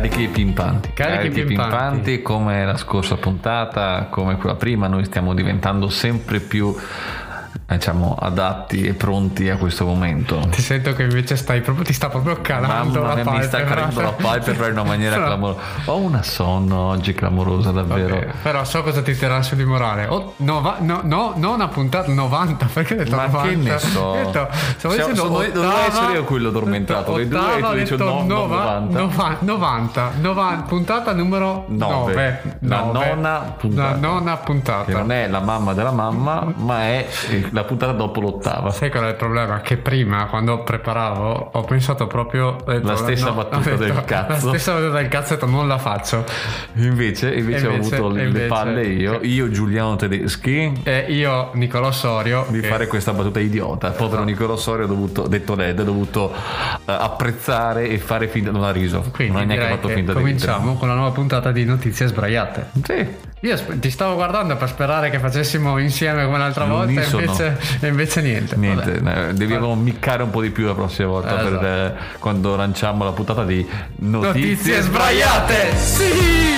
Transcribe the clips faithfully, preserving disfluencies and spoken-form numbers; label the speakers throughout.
Speaker 1: carichi e pimpanti.
Speaker 2: Carichi,
Speaker 1: carichi e
Speaker 2: pimpanti.
Speaker 1: pimpanti come la scorsa puntata, come quella prima. Noi stiamo diventando sempre più, diciamo, adatti e pronti a questo momento.
Speaker 2: Ti sento che invece stai proprio, ti sta proprio calando
Speaker 1: Mamma
Speaker 2: la
Speaker 1: mia, mi sta calando la palpebra in una maniera clamorosa. Ho una sonno oggi clamorosa, davvero.
Speaker 2: Okay, però so cosa ti terrà su di morale. Oh, no, va, no, no, non una puntata novanta, perché ho detto
Speaker 1: ma
Speaker 2: novanta?
Speaker 1: che ne so.
Speaker 2: Ho detto, stavo
Speaker 1: Siamo-
Speaker 2: dicendo
Speaker 1: sono-
Speaker 2: ottava,
Speaker 1: dovevo essere io quello addormentato, le due,
Speaker 2: ottava,
Speaker 1: e tu
Speaker 2: ho
Speaker 1: dici
Speaker 2: detto
Speaker 1: no, no,
Speaker 2: nova-
Speaker 1: novanta.
Speaker 2: nova- novanta, novanta, puntata numero
Speaker 1: Nove.
Speaker 2: nove.
Speaker 1: La
Speaker 2: nove.
Speaker 1: nona puntata.
Speaker 2: La nonna puntata.
Speaker 1: Che non è la mamma della mamma, ma è la puntata dopo l'ottava.
Speaker 2: Sai qual è il problema? Che prima, quando preparavo, ho pensato proprio ho detto,
Speaker 1: La stessa
Speaker 2: no,
Speaker 1: battuta
Speaker 2: ho detto,
Speaker 1: del cazzo.
Speaker 2: La stessa battuta del cazzo, ho detto, non la faccio.
Speaker 1: Invece, invece,
Speaker 2: E
Speaker 1: ho
Speaker 2: invece-
Speaker 1: avuto le
Speaker 2: e invece-
Speaker 1: palle io, io Giuliano Tedeschi,
Speaker 2: E io, Nicolò Sorio,
Speaker 1: di
Speaker 2: che-
Speaker 1: fare questa battuta idiota. Povero Nicolò Sorio, ha dovuto, detto Led, ha dovuto eh, apprezzare e fare finta, non ha riso,
Speaker 2: quindi
Speaker 1: non ha neanche
Speaker 2: direi
Speaker 1: fatto
Speaker 2: che
Speaker 1: finta di
Speaker 2: cominciamo con la nuova puntata di Notizie Sbraiate.
Speaker 1: ridere.
Speaker 2: Io sp- ti stavo guardando per sperare che facessimo insieme come l'altra volta, e
Speaker 1: L'unisono.
Speaker 2: invece, e invece niente.
Speaker 1: Sì, niente,
Speaker 2: Vabbè.
Speaker 1: eh, dobbiamo miccare un po' di più la prossima volta,
Speaker 2: Esatto.
Speaker 1: per eh, quando lanciamo la puntata di Notizie,
Speaker 2: Notizie Sbraiate! Sì!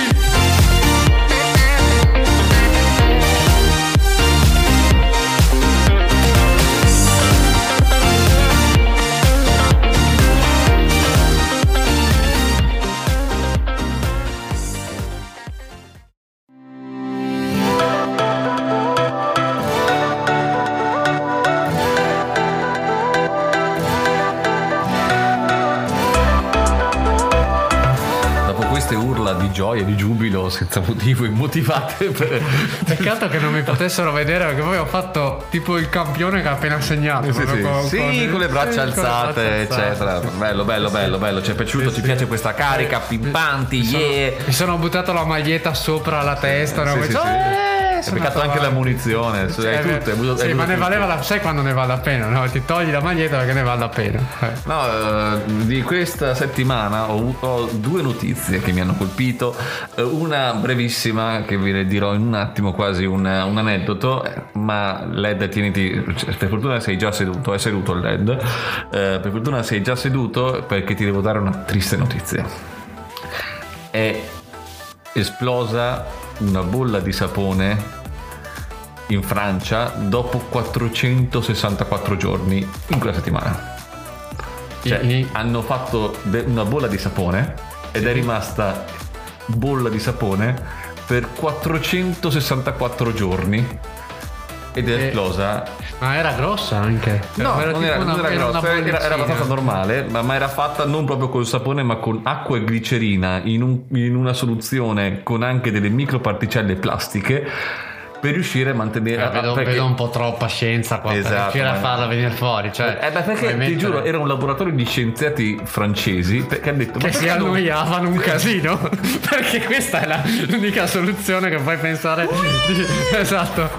Speaker 1: Dopo queste urla di gioia, di giubilo senza motivo, immotivate, per...
Speaker 2: Peccato che non mi potessero vedere, perché poi ho fatto tipo il campione che ha appena segnato.
Speaker 1: Sì,
Speaker 2: proprio
Speaker 1: sì.
Speaker 2: con-
Speaker 1: Sì, con le braccia
Speaker 2: sì, con le
Speaker 1: alzate,
Speaker 2: braccia alzate.
Speaker 1: eccetera. Bello, bello, bello, bello. Ci è piaciuto,
Speaker 2: Sì,
Speaker 1: ci
Speaker 2: sì.
Speaker 1: piace questa carica, pimpanti, yeah.
Speaker 2: Mi sono buttato la maglietta sopra la testa, no?
Speaker 1: Sì, sì,
Speaker 2: Cioè,
Speaker 1: sì.
Speaker 2: eh,
Speaker 1: Hai
Speaker 2: sono
Speaker 1: beccato
Speaker 2: andato
Speaker 1: anche la
Speaker 2: avanti.
Speaker 1: munizione,
Speaker 2: Cioè,
Speaker 1: hai tutto, hai avuto-
Speaker 2: sì,
Speaker 1: hai
Speaker 2: ma
Speaker 1: avuto
Speaker 2: ne
Speaker 1: tutto.
Speaker 2: valeva la, sai quando ne vale la pena, no? Ti togli la maglietta perché ne vale la pena. Eh.
Speaker 1: No, eh, di questa settimana ho avuto due notizie che mi hanno colpito. Eh, Una brevissima che vi dirò in un attimo, quasi un, un aneddoto, eh, ma Led, tieniti, cioè, per fortuna sei già seduto, è seduto il Led. Eh, per fortuna sei già seduto perché ti devo dare una triste notizia. È esplosa una bolla di sapone in Francia dopo quattrocentosessantaquattro giorni in quella settimana. Cioè,
Speaker 2: I- i-
Speaker 1: hanno fatto de- una bolla di sapone ed è rimasta bolla di sapone per quattrocentosessantaquattro giorni ed è
Speaker 2: E-
Speaker 1: esplosa.
Speaker 2: Ma era grossa anche.
Speaker 1: No, non
Speaker 2: tipo
Speaker 1: era,
Speaker 2: una-
Speaker 1: non era
Speaker 2: una
Speaker 1: grossa, era, era
Speaker 2: bollicina.
Speaker 1: abbastanza normale, ma, ma era fatta non proprio col sapone, ma con acqua e glicerina in, un- in una soluzione con anche delle microparticelle plastiche per riuscire a mantenere.
Speaker 2: Eh, vedo,
Speaker 1: perché-
Speaker 2: vedo un po' troppa scienza qua
Speaker 1: Esatto,
Speaker 2: per riuscire a
Speaker 1: ma-
Speaker 2: farla venire fuori. Cioè,
Speaker 1: Eh beh, perché
Speaker 2: puoi
Speaker 1: ti
Speaker 2: mettere-
Speaker 1: giuro, era un laboratorio di scienziati francesi che hanno detto:
Speaker 2: che
Speaker 1: ma
Speaker 2: si
Speaker 1: perché non-
Speaker 2: annoiavano un casino. Perché questa è la- l'unica soluzione che puoi pensare di... Esatto.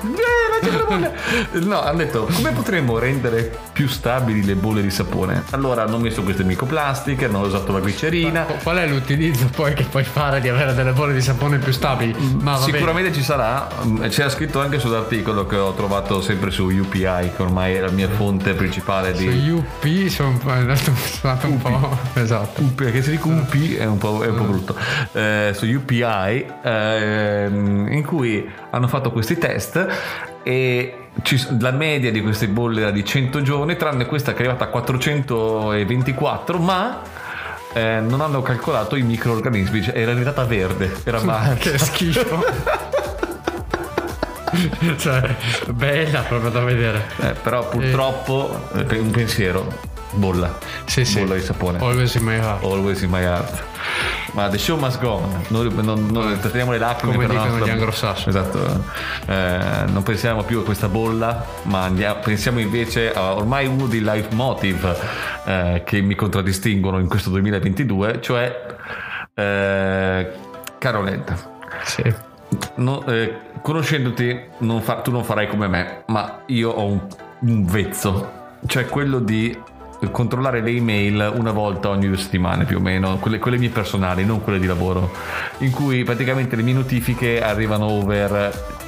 Speaker 1: No, hanno detto come potremmo rendere più stabili le bolle di sapone. Allora hanno messo queste microplastiche, hanno usato la glicerina.
Speaker 2: Qu- Qual è l'utilizzo poi che puoi fare di avere delle bolle di sapone più stabili? Ma va bene.
Speaker 1: Sicuramente ci sarà, mm, c'era scritto anche sull'articolo che ho trovato sempre su U P I, che ormai è la mia fonte principale
Speaker 2: Su
Speaker 1: di
Speaker 2: U P sono un po', è andato stato un po'. Esatto.
Speaker 1: U P, perché se dico un P è un po', è un po' brutto. Eh, su U P I, ehm, in cui hanno fatto questi test e ci- la media di queste bolle era di cento giorni, tranne questa che è arrivata a quattrocentoventiquattro, ma eh, non hanno calcolato i microorganismi, cioè era diventata verde, era marcia.
Speaker 2: Che schifo. Cioè, bella proprio da vedere.
Speaker 1: Eh, però purtroppo eh, un pensiero, bolla,
Speaker 2: Sì, sì.
Speaker 1: bolla di sapone.
Speaker 2: Always in my heart.
Speaker 1: Always in my heart. Ma the show must go on. Noi non, non trattiamo le lacrime
Speaker 2: Come
Speaker 1: per la
Speaker 2: dicono
Speaker 1: nostra-
Speaker 2: gli anglosassoni.
Speaker 1: Esatto. Eh, non pensiamo più a questa bolla, ma andiamo, pensiamo invece a ormai uno dei leitmotiv eh, che mi contraddistinguono in questo duemilaventidue, cioè eh, caro Led,
Speaker 2: Sì.
Speaker 1: no, eh, conoscendoti non fa- tu non farai come me, ma io ho un, un vezzo, cioè quello di controllare le email una volta ogni due settimane più o meno, quelle, quelle mie personali, non quelle di lavoro, in cui praticamente le mie notifiche arrivano over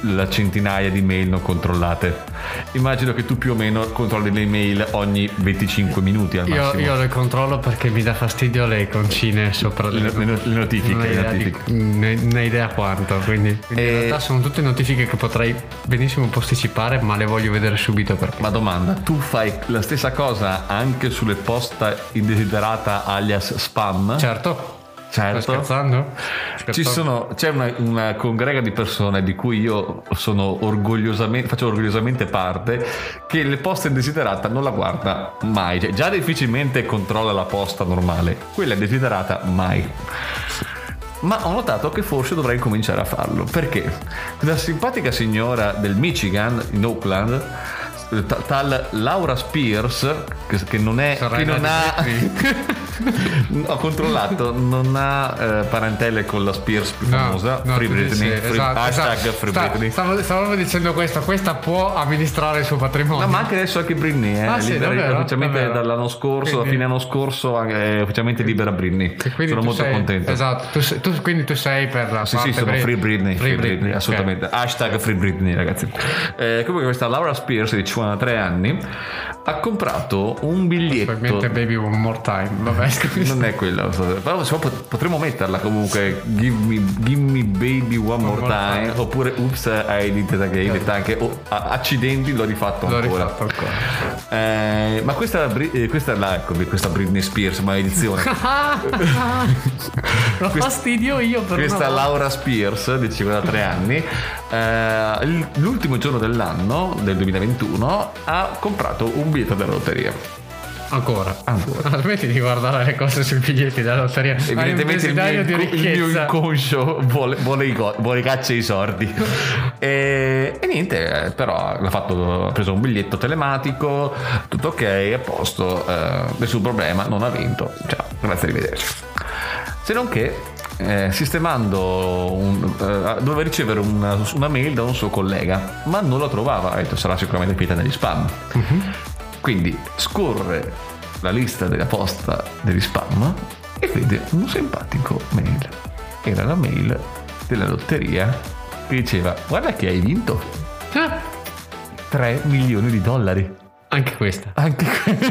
Speaker 1: la centinaia di mail non controllate. Immagino che tu più o meno controlli le mail ogni venticinque minuti al
Speaker 2: Io,
Speaker 1: massimo.
Speaker 2: io le controllo perché mi dà fastidio le iconcine sopra
Speaker 1: le, le, le notifiche,
Speaker 2: non ho
Speaker 1: le
Speaker 2: idea,
Speaker 1: notifiche.
Speaker 2: di, ne, ne idea quanto, quindi, quindi
Speaker 1: E-
Speaker 2: in realtà sono tutte notifiche che potrei benissimo posticipare, ma le voglio vedere subito perché.
Speaker 1: Ma domanda, tu fai la stessa cosa anche sulle posta indesiderata alias spam?
Speaker 2: Certo.
Speaker 1: Certo.
Speaker 2: Sto scherzando?
Speaker 1: Ci
Speaker 2: Scherzando?
Speaker 1: sono, c'è una, una congrega di persone di cui io sono orgogliosamente, faccio orgogliosamente parte, che le poste indesiderata non la guarda mai. Cioè, già difficilmente controlla la posta normale, quella indesiderata mai. Ma ho notato che forse dovrei cominciare a farlo. Perché? Questa simpatica signora del Michigan, in Oakland, ta- tal Laura Spears, che, che non è, che
Speaker 2: Sorella
Speaker 1: non
Speaker 2: di
Speaker 1: ha
Speaker 2: Britney.
Speaker 1: ho controllato, non ha eh, parentele con la Spears più
Speaker 2: No,
Speaker 1: famosa.
Speaker 2: no,
Speaker 1: Free
Speaker 2: tu
Speaker 1: Britney,
Speaker 2: dici-
Speaker 1: free-
Speaker 2: esatto,
Speaker 1: hashtag
Speaker 2: esatto.
Speaker 1: Free
Speaker 2: Sta-
Speaker 1: Britney.
Speaker 2: Stavo, stavo dicendo questo, questa può amministrare il suo patrimonio.
Speaker 1: No, ma anche adesso anche Britney eh,
Speaker 2: Ah, sì,
Speaker 1: libera
Speaker 2: davvero?
Speaker 1: ufficialmente
Speaker 2: Davvero?
Speaker 1: dall'anno scorso,
Speaker 2: Quindi-
Speaker 1: a fine anno scorso è ufficialmente libera Britney.
Speaker 2: E quindi
Speaker 1: Sono
Speaker 2: tu
Speaker 1: molto
Speaker 2: sei-
Speaker 1: contento.
Speaker 2: Esatto, tu, sei- tu- quindi tu sei per la
Speaker 1: Sì,
Speaker 2: parte
Speaker 1: sì, sono
Speaker 2: Brit-
Speaker 1: Free Britney, Free Britney,
Speaker 2: ok.
Speaker 1: assolutamente. Hashtag Free Britney, ragazzi. Eh, comunque questa Laura Spears di cinquantatré anni ha comprato un biglietto.
Speaker 2: Probabilmente Baby One More Time. Vabbè, scusa.
Speaker 1: Non è quella, però insomma, pot- potremmo metterla comunque. Give me, give me baby one, more,
Speaker 2: more
Speaker 1: time.
Speaker 2: time.
Speaker 1: Oppure oops, I did it again. Detta anche oh, a- accidenti, l'ho rifatto
Speaker 2: L'ho
Speaker 1: ancora.
Speaker 2: rifatto ancora.
Speaker 1: Eh, ma questa, Bri- eh, questa è la, ecco, questa Britney Spears, maledizione.
Speaker 2: Lo fastidio io per
Speaker 1: Questa
Speaker 2: una volta.
Speaker 1: Laura Spears di cinquantatré anni, eh, l- l'ultimo giorno dell'anno del duemilaventuno ha comprato un biglietto della lotteria.
Speaker 2: Ancora.
Speaker 1: Ancora.
Speaker 2: Smetti di guardare le cose sui biglietti della lotteria. Hai un
Speaker 1: Evidentemente il mio,
Speaker 2: desiderio di
Speaker 1: inco- il mio
Speaker 2: ricchezza.
Speaker 1: inconscio vuole, vuole, i go- vuole i caccia e i sordi. e, e niente, eh, però l'ha fatto, ha preso un biglietto telematico, tutto ok, a posto, eh, nessun problema, non ha vinto. Ciao, grazie, arrivederci. Se non che, eh, sistemando, un, eh, doveva ricevere una, una mail da un suo collega, ma non la trovava. Ha detto sarà sicuramente finita negli spam. Quindi scorre la lista della posta degli spam e vede un simpatico mail. Era la mail della lotteria che diceva: guarda che hai vinto
Speaker 2: Ah,
Speaker 1: tre milioni di dollari.
Speaker 2: anche questa.
Speaker 1: Anche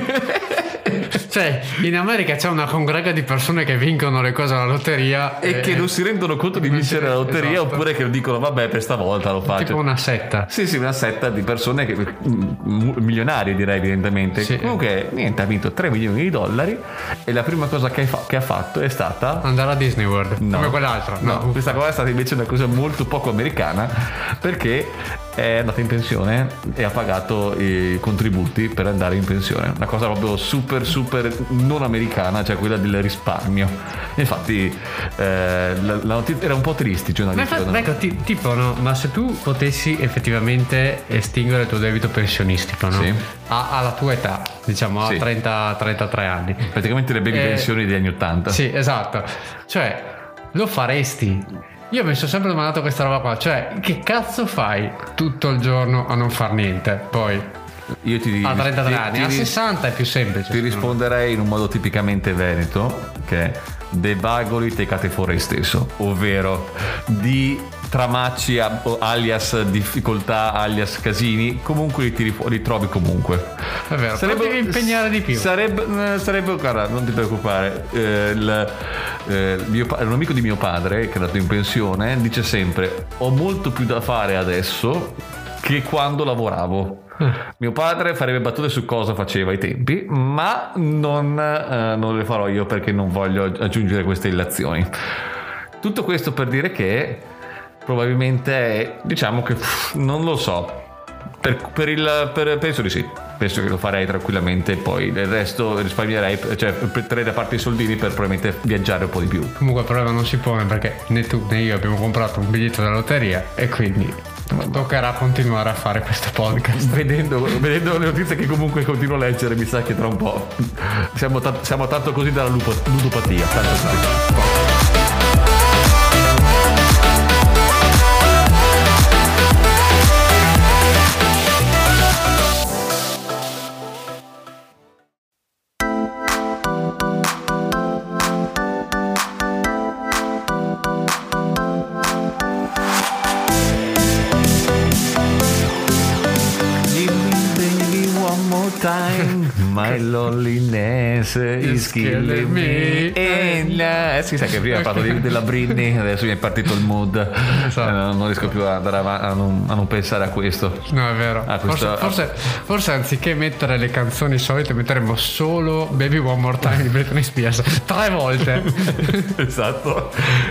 Speaker 2: Cioè, in America c'è una congrega di persone che vincono le cose alla lotteria
Speaker 1: e che non si rendono conto di
Speaker 2: non
Speaker 1: vincere
Speaker 2: si-
Speaker 1: la lotteria,
Speaker 2: esatto.
Speaker 1: oppure che dicono vabbè, per stavolta lo faccio.
Speaker 2: tipo una setta.
Speaker 1: Sì, sì, una setta di persone che m- milionarie, direi, evidentemente.
Speaker 2: Sì.
Speaker 1: Comunque niente, ha vinto tre milioni di dollari e la prima cosa che, fa- che ha fatto è stata
Speaker 2: Andare a Disney World.
Speaker 1: No.
Speaker 2: Come quell'altro.
Speaker 1: No,
Speaker 2: No.
Speaker 1: questa cosa è stata invece una cosa molto poco americana, perché è andata in pensione e ha pagato i contributi per andare in pensione. Una cosa proprio super super non americana, cioè quella del risparmio. Infatti eh, la, la notizia era un po' triste, cioè,
Speaker 2: Ma infatti,
Speaker 1: no?
Speaker 2: ecco, ti- tipo, no, ma se tu potessi effettivamente estinguere il tuo debito pensionistico, no?
Speaker 1: Sì.
Speaker 2: A- alla tua età, diciamo, a
Speaker 1: Sì.
Speaker 2: trenta trentatré anni.
Speaker 1: Praticamente le baby
Speaker 2: Eh,
Speaker 1: pensioni degli anni ottanta.
Speaker 2: Sì, esatto. Cioè, lo faresti? Io mi sono sempre domandato questa roba qua. Cioè, che cazzo fai tutto il giorno a non far niente? Poi,
Speaker 1: Io ti
Speaker 2: a trentatré
Speaker 1: ti-
Speaker 2: anni,
Speaker 1: ti
Speaker 2: a
Speaker 1: ris-
Speaker 2: sessanta è più semplice.
Speaker 1: Ti risponderei in un modo tipicamente veneto, che è de vagoli te cate fuori stesso, ovvero di tramacci a- alias difficoltà alias casini, comunque li, tiri fu- li trovi comunque.
Speaker 2: È vero, però devi impegnare di più.
Speaker 1: Sarebbe, eh, sarebbe guarda, non ti preoccupare. eh, il, eh, mio pa- un amico di mio padre che è andato in pensione dice sempre: ho molto più da fare adesso che quando lavoravo. Mio padre farebbe battute su cosa faceva ai tempi, ma non, eh, non le farò io perché non voglio aggiungere queste illazioni. Tutto questo per dire che probabilmente diciamo che pff, non lo so. Per, per il, per- penso di sì. Penso che lo farei tranquillamente. Poi il resto risparmierei, cioè metterei da parte i soldini per probabilmente viaggiare un po' di più.
Speaker 2: Comunque il problema non si pone perché né tu né io abbiamo comprato un biglietto della lotteria e quindi toccherà continuare a fare questo podcast.
Speaker 1: Vedendo, vedendo le notizie che comunque continuo a leggere, mi sa che tra un po' siamo, ta- siamo tanto così dalla lupo- ludopatia. Tanto così. My loneliness is killing me. E la... eh, si sa che prima ho parlato di, della Britney, adesso mi è partito il mood. Esatto. Eh, non, non riesco più ad andare avanti, a non, a non pensare a questo.
Speaker 2: No, è vero.
Speaker 1: Ah, questo...
Speaker 2: forse, forse, forse anziché mettere le canzoni solite metteremo solo Baby One More Time di Britney Spears tre volte.
Speaker 1: Esatto.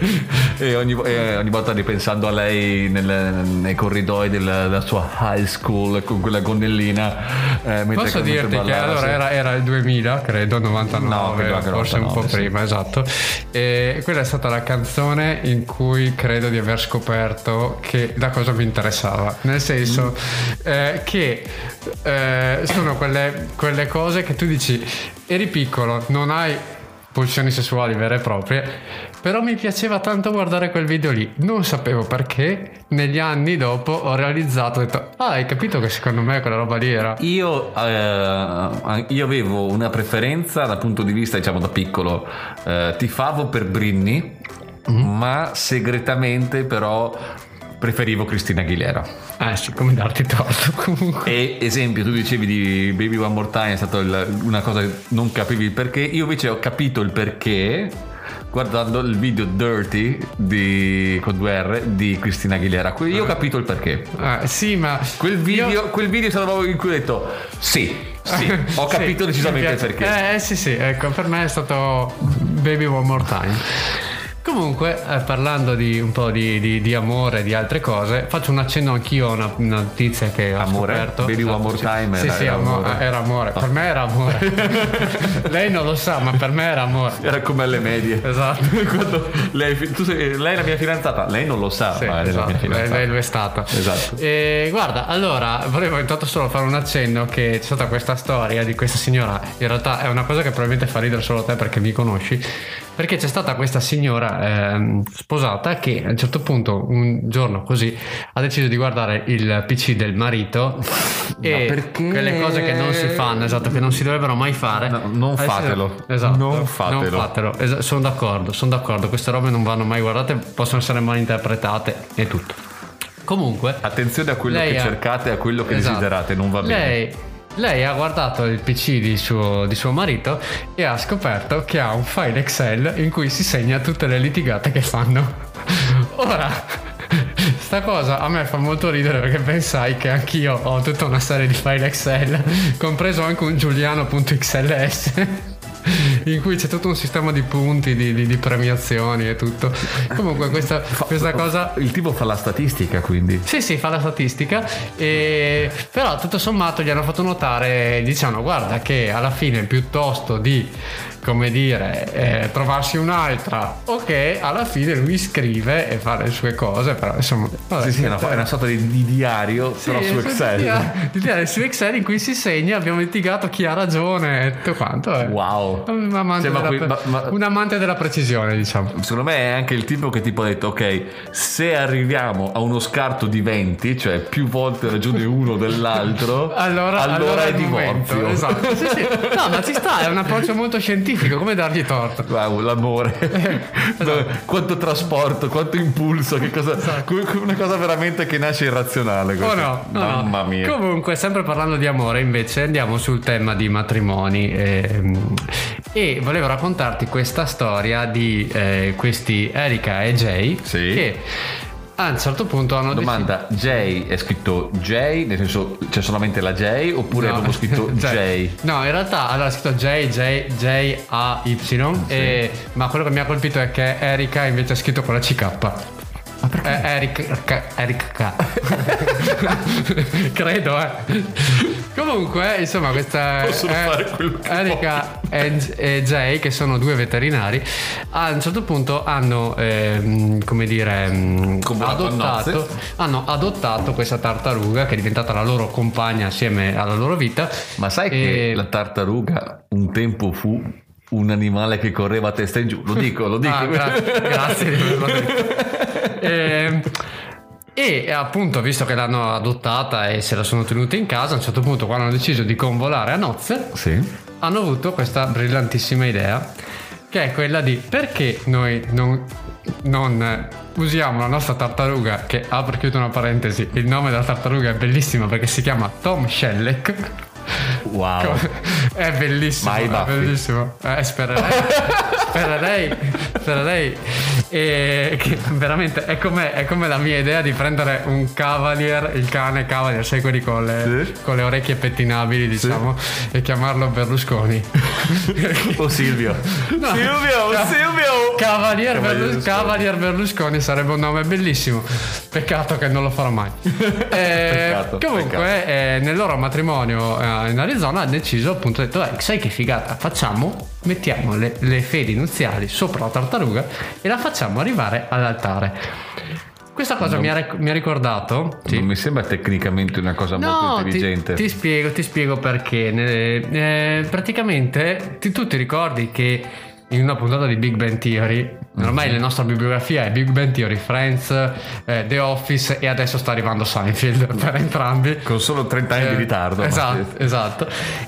Speaker 1: E ogni, e ogni volta ripensando a lei nel, nei corridoi della, della sua high school con quella gonnellina, eh,
Speaker 2: posso dirti che allora era, era il duemila, credo, novantanove, no, forse novantanove, un po' prima, sì. Esatto. E quella è stata la canzone in cui credo di aver scoperto che da cosa mi interessava, nel senso mm. eh, che eh, sono quelle, quelle cose che tu dici eri piccolo, non hai pulsioni sessuali vere e proprie, però mi piaceva tanto guardare quel video lì, non sapevo perché. Negli anni dopo ho realizzato, ho detto ah, hai capito che secondo me quella roba lì era
Speaker 1: io eh, io avevo una preferenza dal punto di vista, diciamo, da piccolo, eh, tifavo per Britney, mm-hmm. ma segretamente però preferivo Christina Aguilera.
Speaker 2: Ah sì, come darti torto comunque.
Speaker 1: E esempio, tu dicevi di Baby One More Time, è stata una cosa che non capivi il perché. Io invece ho capito il perché guardando il video Dirty di, con due R di Christina Aguilera. Io ho capito il perché.
Speaker 2: Ah, sì, ma
Speaker 1: quel video,
Speaker 2: io...
Speaker 1: quel video è stato proprio in cui ho detto sì, sì, ho capito sì, decisamente il perché.
Speaker 2: Eh sì sì, ecco, per me è stato Baby One More Time. Comunque, eh, parlando di un po' di, di, di amore, di altre cose, faccio un accenno anch'io a una, una notizia che ho
Speaker 1: amore?
Speaker 2: scoperto.
Speaker 1: Baby One More Time
Speaker 2: sì,
Speaker 1: era,
Speaker 2: sì,
Speaker 1: era
Speaker 2: amo-
Speaker 1: amore.
Speaker 2: Era amore. Per me era amore. Lei non lo sa, ma per me era amore.
Speaker 1: Era come alle medie.
Speaker 2: Esatto.
Speaker 1: Quando lei, tu sei, lei è la mia fidanzata, lei non lo sa,
Speaker 2: sì,
Speaker 1: ma
Speaker 2: esatto.
Speaker 1: è la mia fidanzata.
Speaker 2: Lei, lei lo è stata.
Speaker 1: Esatto.
Speaker 2: E guarda, allora, volevo intanto solo fare un accenno che c'è stata questa storia di questa signora. In realtà è una cosa che probabilmente fa ridere solo te perché mi conosci. Perché c'è stata questa signora eh, sposata che a un certo punto, un giorno così, ha deciso di guardare il P C del marito e
Speaker 1: perché?
Speaker 2: Quelle cose che non si fanno, esatto, che non si dovrebbero mai fare.
Speaker 1: No, non
Speaker 2: Adesso,
Speaker 1: fatelo.
Speaker 2: Esatto,
Speaker 1: non fatelo.
Speaker 2: Non fatelo. Es- sono d'accordo, sono d'accordo. Queste robe non vanno mai guardate, possono essere mal interpretate e tutto. Comunque,
Speaker 1: attenzione a quello che
Speaker 2: ha...
Speaker 1: cercate e a quello che
Speaker 2: esatto.
Speaker 1: desiderate, non va bene.
Speaker 2: Lei Lei ha guardato il P C di suo, di suo marito e ha scoperto che ha un file Excel in cui si segna tutte le litigate che fanno. Ora, sta cosa a me fa molto ridere perché pensai che anch'io ho tutta una serie di file Excel, compreso anche un giuliano.xls in cui c'è tutto un sistema di punti, di, di, di premiazioni e tutto. Comunque questa, questa cosa,
Speaker 1: il tipo fa la statistica, quindi
Speaker 2: sì sì fa la statistica e... però tutto sommato gli hanno fatto notare, diciamo, guarda che alla fine piuttosto di, come dire, eh, trovarsi un'altra, ok, alla fine lui scrive e fa le sue cose, però insomma vabbè,
Speaker 1: sì sì, è una, è una sorta di, di diario, sì, però su Excel,
Speaker 2: di diario, di diario su Excel in cui si segna abbiamo litigato, chi ha ragione e tutto quanto. eh.
Speaker 1: Wow.
Speaker 2: Un amante,
Speaker 1: cioè,
Speaker 2: della,
Speaker 1: qui, ma, ma,
Speaker 2: un amante della precisione, diciamo.
Speaker 1: Secondo me è anche il tipo che tipo ha detto ok, se arriviamo a uno scarto di venti, cioè più volte ragione uno dell'altro,
Speaker 2: allora,
Speaker 1: allora,
Speaker 2: allora
Speaker 1: è divorzio.
Speaker 2: Esatto. Sì, sì. No, ma ci sta, è un approccio molto scientifico, come dargli torto.
Speaker 1: Wow, l'amore. Esatto. Quanto trasporto, quanto impulso, che cosa, esatto. Una cosa veramente che nasce irrazionale.
Speaker 2: Oh no, no,
Speaker 1: mamma mia.
Speaker 2: Comunque, sempre parlando di amore, invece andiamo sul tema di matrimoni e, e volevo raccontarti questa storia di eh, questi Erika e Jay,
Speaker 1: sì.
Speaker 2: che a un certo punto hanno
Speaker 1: domanda
Speaker 2: deciso...
Speaker 1: Jay è scritto Jay, nel senso c'è solamente la J, oppure
Speaker 2: no.
Speaker 1: è proprio scritto Jay?
Speaker 2: No, in realtà allora è scritto J, J, J A Y, sì. e, ma quello che mi ha colpito è che Erika invece è scritto con la C K.
Speaker 1: Ma perché?
Speaker 2: Eh, Eric K, Eric K. Credo, eh. Comunque, insomma, questa
Speaker 1: possono eh, fare quello che
Speaker 2: Erika e, e Jay, che sono due veterinari, a un certo punto hanno, eh, come dire, adottato, hanno adottato questa tartaruga che è diventata la loro compagna assieme alla loro vita.
Speaker 1: Ma sai e... che la tartaruga un tempo fu un animale che correva a testa in giù? Lo dico, lo dico.
Speaker 2: Ah, grazie, grazie di averlo detto. E, e appunto, visto che l'hanno adottata e se la sono tenuta in casa, a un certo punto, quando hanno deciso di convolare a nozze,
Speaker 1: sì.
Speaker 2: hanno avuto questa brillantissima idea, che è quella di perché noi non, non usiamo la nostra tartaruga, che apro e chiudo una parentesi, il nome della tartaruga è bellissimo perché si chiama Tom Shellac.
Speaker 1: Wow.
Speaker 2: È bellissimo,
Speaker 1: Mai
Speaker 2: è
Speaker 1: baffi.
Speaker 2: bellissimo. Eh, spererei, spererei, spererei. E che veramente è come, è come la mia idea di prendere un Cavalier, il cane Cavalier, sai quelli con le, sì. con le orecchie pettinabili, diciamo, sì. e chiamarlo Berlusconi.
Speaker 1: O Silvio. No. Silvio, Ca- Silvio.
Speaker 2: Cavalier, Berlus- Cavalier Berlusconi sarebbe un nome bellissimo. Peccato che non lo farò mai. eh, peccato, comunque, peccato. Eh, nel loro matrimonio eh, in Arizona ha deciso, appunto, ha detto, eh, sai che figata, facciamo, mettiamo le, le fedi nuziali sopra la tartaruga e la facciamo arrivare all'altare. Questa cosa non, mi, ha, mi ha ricordato.
Speaker 1: Sì. Non mi sembra tecnicamente una cosa no, molto intelligente.
Speaker 2: Ti, ti spiego, ti spiego perché. Eh, praticamente ti, tu ti ricordi che in una puntata di Big Bang Theory, ormai mm-hmm. la nostra bibliografia è Big Bang Theory, Friends, eh, The Office e adesso sta arrivando Seinfeld per entrambi.
Speaker 1: Con solo trenta anni eh, di ritardo.
Speaker 2: Esatto, esatto.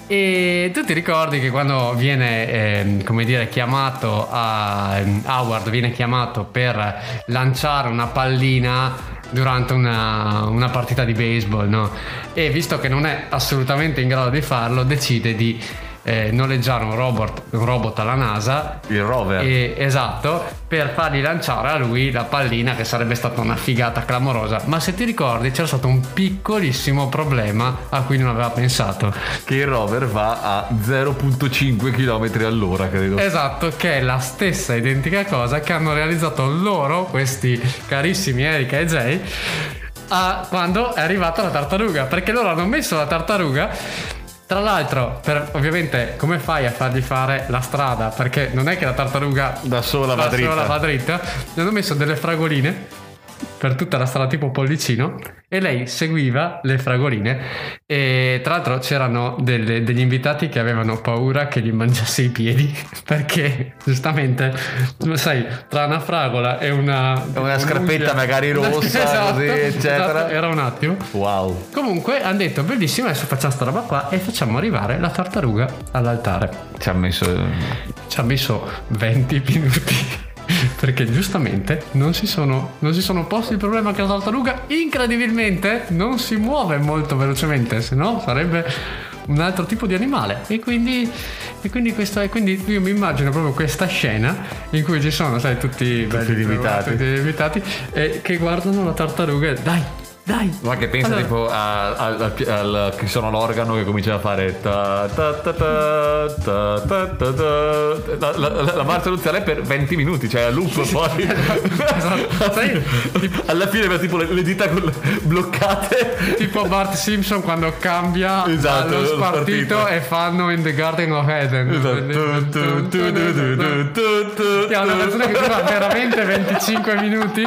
Speaker 2: E tu ti ricordi che quando viene, eh, come dire, chiamato a Howard, viene chiamato per lanciare una pallina durante una, una partita di baseball, no? E visto che non è assolutamente in grado di farlo, decide di Eh, noleggiare un robot, un robot alla NASA,
Speaker 1: il rover,
Speaker 2: e, esatto, per fargli lanciare a lui la pallina, che sarebbe stata una figata clamorosa. Ma se ti ricordi c'era stato un piccolissimo problema a cui non aveva pensato,
Speaker 1: che il rover va a zero virgola cinque chilometri all'ora, credo.
Speaker 2: Esatto, che è la stessa identica cosa che hanno realizzato loro, questi carissimi Erika e Jay, a, quando è arrivata la tartaruga, perché loro hanno messo la tartaruga. Tra l'altro, per, ovviamente, come fai a fargli fare la strada? Perché non è che la tartaruga
Speaker 1: da sola va dritta.
Speaker 2: sola va dritta. Gli hanno messo delle fragoline per tutta la strada, tipo pollicino, e lei seguiva le fragoline. E tra l'altro c'erano delle, degli invitati che avevano paura che gli mangiasse i piedi, perché giustamente, sai, tra una fragola e una
Speaker 1: una scarpetta magari rossa, esatto, così, eccetera,
Speaker 2: esatto, era un attimo.
Speaker 1: Wow.
Speaker 2: Comunque hanno detto bellissimo, adesso facciamo sta roba qua e facciamo arrivare la tartaruga all'altare.
Speaker 1: Ci ha messo
Speaker 2: ci ha messo venti minuti. Perché giustamente non si sono non si sono posti il problema che la tartaruga incredibilmente non si muove molto velocemente, se no sarebbe un altro tipo di animale. E quindi e quindi questo è quindi io mi immagino proprio questa scena in cui ci sono, sai, tutti,
Speaker 1: tutti
Speaker 2: belli,
Speaker 1: gli invitati
Speaker 2: tutti gli invitati e che guardano la tartaruga e dai dai,
Speaker 1: ma che pensa allora, tipo a, a, a, al che sono l'organo che comincia a fare ta, ta, ta, ta, ta, ta, ta, ta, la, la, la marcia nuziale per venti minuti, cioè a loop poi esatto. Sai, tipo, alla fine aveva tipo le, le dita bloccate,
Speaker 2: tipo Bart Simpson quando cambia esatto, lo spartito e fanno In the Garden of Eden, esatto. Che è una canzone che dura veramente venticinque minuti.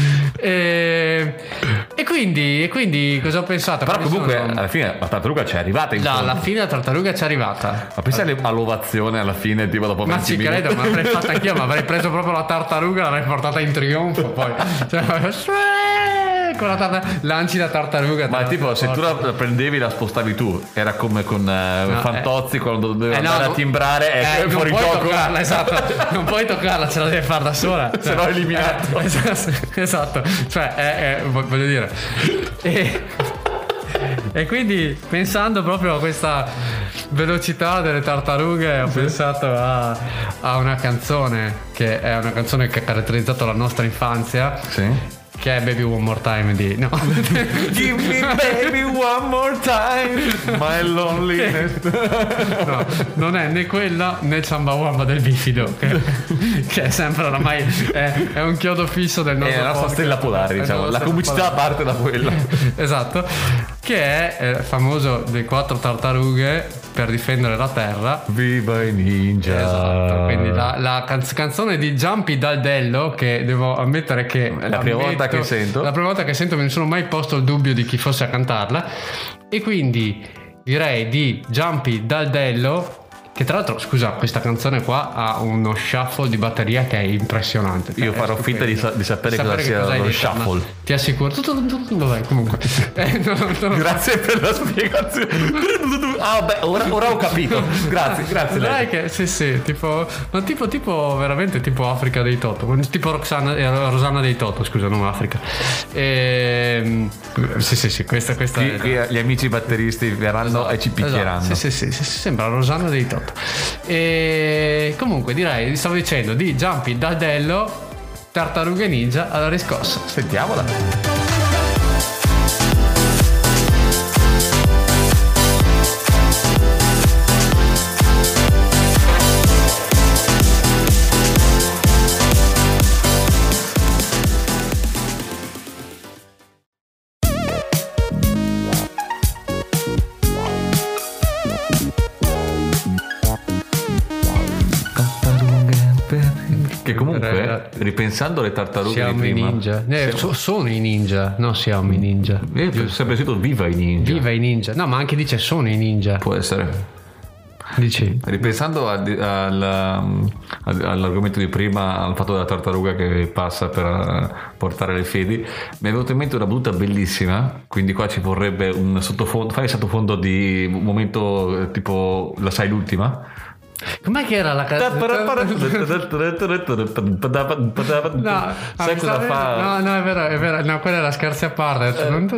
Speaker 2: E, e quindi e quindi cosa ho pensato?
Speaker 1: Però comunque sono... alla fine la tartaruga ci è arrivata,
Speaker 2: no, alla fine la tartaruga ci è arrivata.
Speaker 1: Ma pensa all'ovazione alla fine, tipo dopo
Speaker 2: ma
Speaker 1: venti
Speaker 2: ci
Speaker 1: minuti.
Speaker 2: credo, ma l'avrei fatta anch'io, ma avrei preso proprio la tartaruga, l'avrei portata in trionfo poi, cioè, con la tartar- lanci la tartaruga.
Speaker 1: Ma tipo se tu la prendevi e la spostavi tu, era come con uh, no, Fantozzi eh. quando doveva eh no, andare no, a timbrare e eh, fuori
Speaker 2: non puoi
Speaker 1: gioco.
Speaker 2: Toccarla, esatto, non puoi toccarla, ce la devi fare da sola, cioè,
Speaker 1: se no eliminato.
Speaker 2: Eh, esatto, esatto, cioè è, è, voglio dire e, e quindi pensando proprio a questa velocità delle tartarughe ho sì. pensato a, a una canzone che è una canzone che ha caratterizzato la nostra infanzia, sì. che è Baby One More Time di no
Speaker 1: Give me baby one more time my loneliness.
Speaker 2: No, non è né quella né Chamba Wamba del Bifido, che, che è sempre oramai è, è un chiodo fisso del nostro,
Speaker 1: è la nostra stella polare, diciamo, la comicità parte da quella.
Speaker 2: Esatto, che è, è famoso dei quattro tartarughe per difendere la terra.
Speaker 1: Viva i ninja.
Speaker 2: Esatto, quindi la, la canz- canzone di Jumpy Daldello, che devo ammettere che
Speaker 1: è la prima volta che sento
Speaker 2: la prima volta che sento me ne sono mai posto il dubbio di chi fosse a cantarla, e quindi direi di Jumpy Daldello che tra l'altro, scusa, questa canzone qua ha uno shuffle di batteria che è impressionante.
Speaker 1: Io
Speaker 2: è
Speaker 1: farò finta di, sa- di sapere, sapere cosa sia cosa lo shuffle.
Speaker 2: No, ti assicuro. Dov'è comunque? Eh, no, no, no.
Speaker 1: Grazie per la spiegazione. Ah, beh, ora, ora ho capito. Grazie, grazie.
Speaker 2: Dai che sì, sì, tipo, ma tipo, tipo veramente tipo Africa dei Toto, tipo Roxana, eh, Rosanna dei Toto, scusa, non Africa. E, sì, sì, sì, questa, questa
Speaker 1: qui,
Speaker 2: è...
Speaker 1: qui gli amici batteristi verranno esatto, e ci picchieranno.
Speaker 2: Esatto. Sì, sì, sì, sì, sembra Rosanna dei Toto. E comunque direi, stavo dicendo di Jumpy Daldello, Tartarughe Ninja alla riscossa.
Speaker 1: Sentiamola. Che comunque, ripensando alle tartarughe
Speaker 2: siamo
Speaker 1: di prima,
Speaker 2: i ninja. Eh, siamo... sono i ninja, no siamo i ninja.
Speaker 1: Io ho sempre sentito viva i ninja.
Speaker 2: Viva i ninja. No, ma anche dice sono i ninja.
Speaker 1: Può essere.
Speaker 2: Dici?
Speaker 1: Ripensando a, al, all'argomento di prima, al fatto della tartaruga che passa per portare le fedi, mi è venuta in mente una battuta bellissima, quindi qua ci vorrebbe un sottofondo. Fai il sottofondo di un momento tipo la sai l'ultima?
Speaker 2: Com'è che era la canzone?
Speaker 1: No, sai cosa fa?
Speaker 2: No, no, è vero, è vero. No, quella è la scherzi a parte.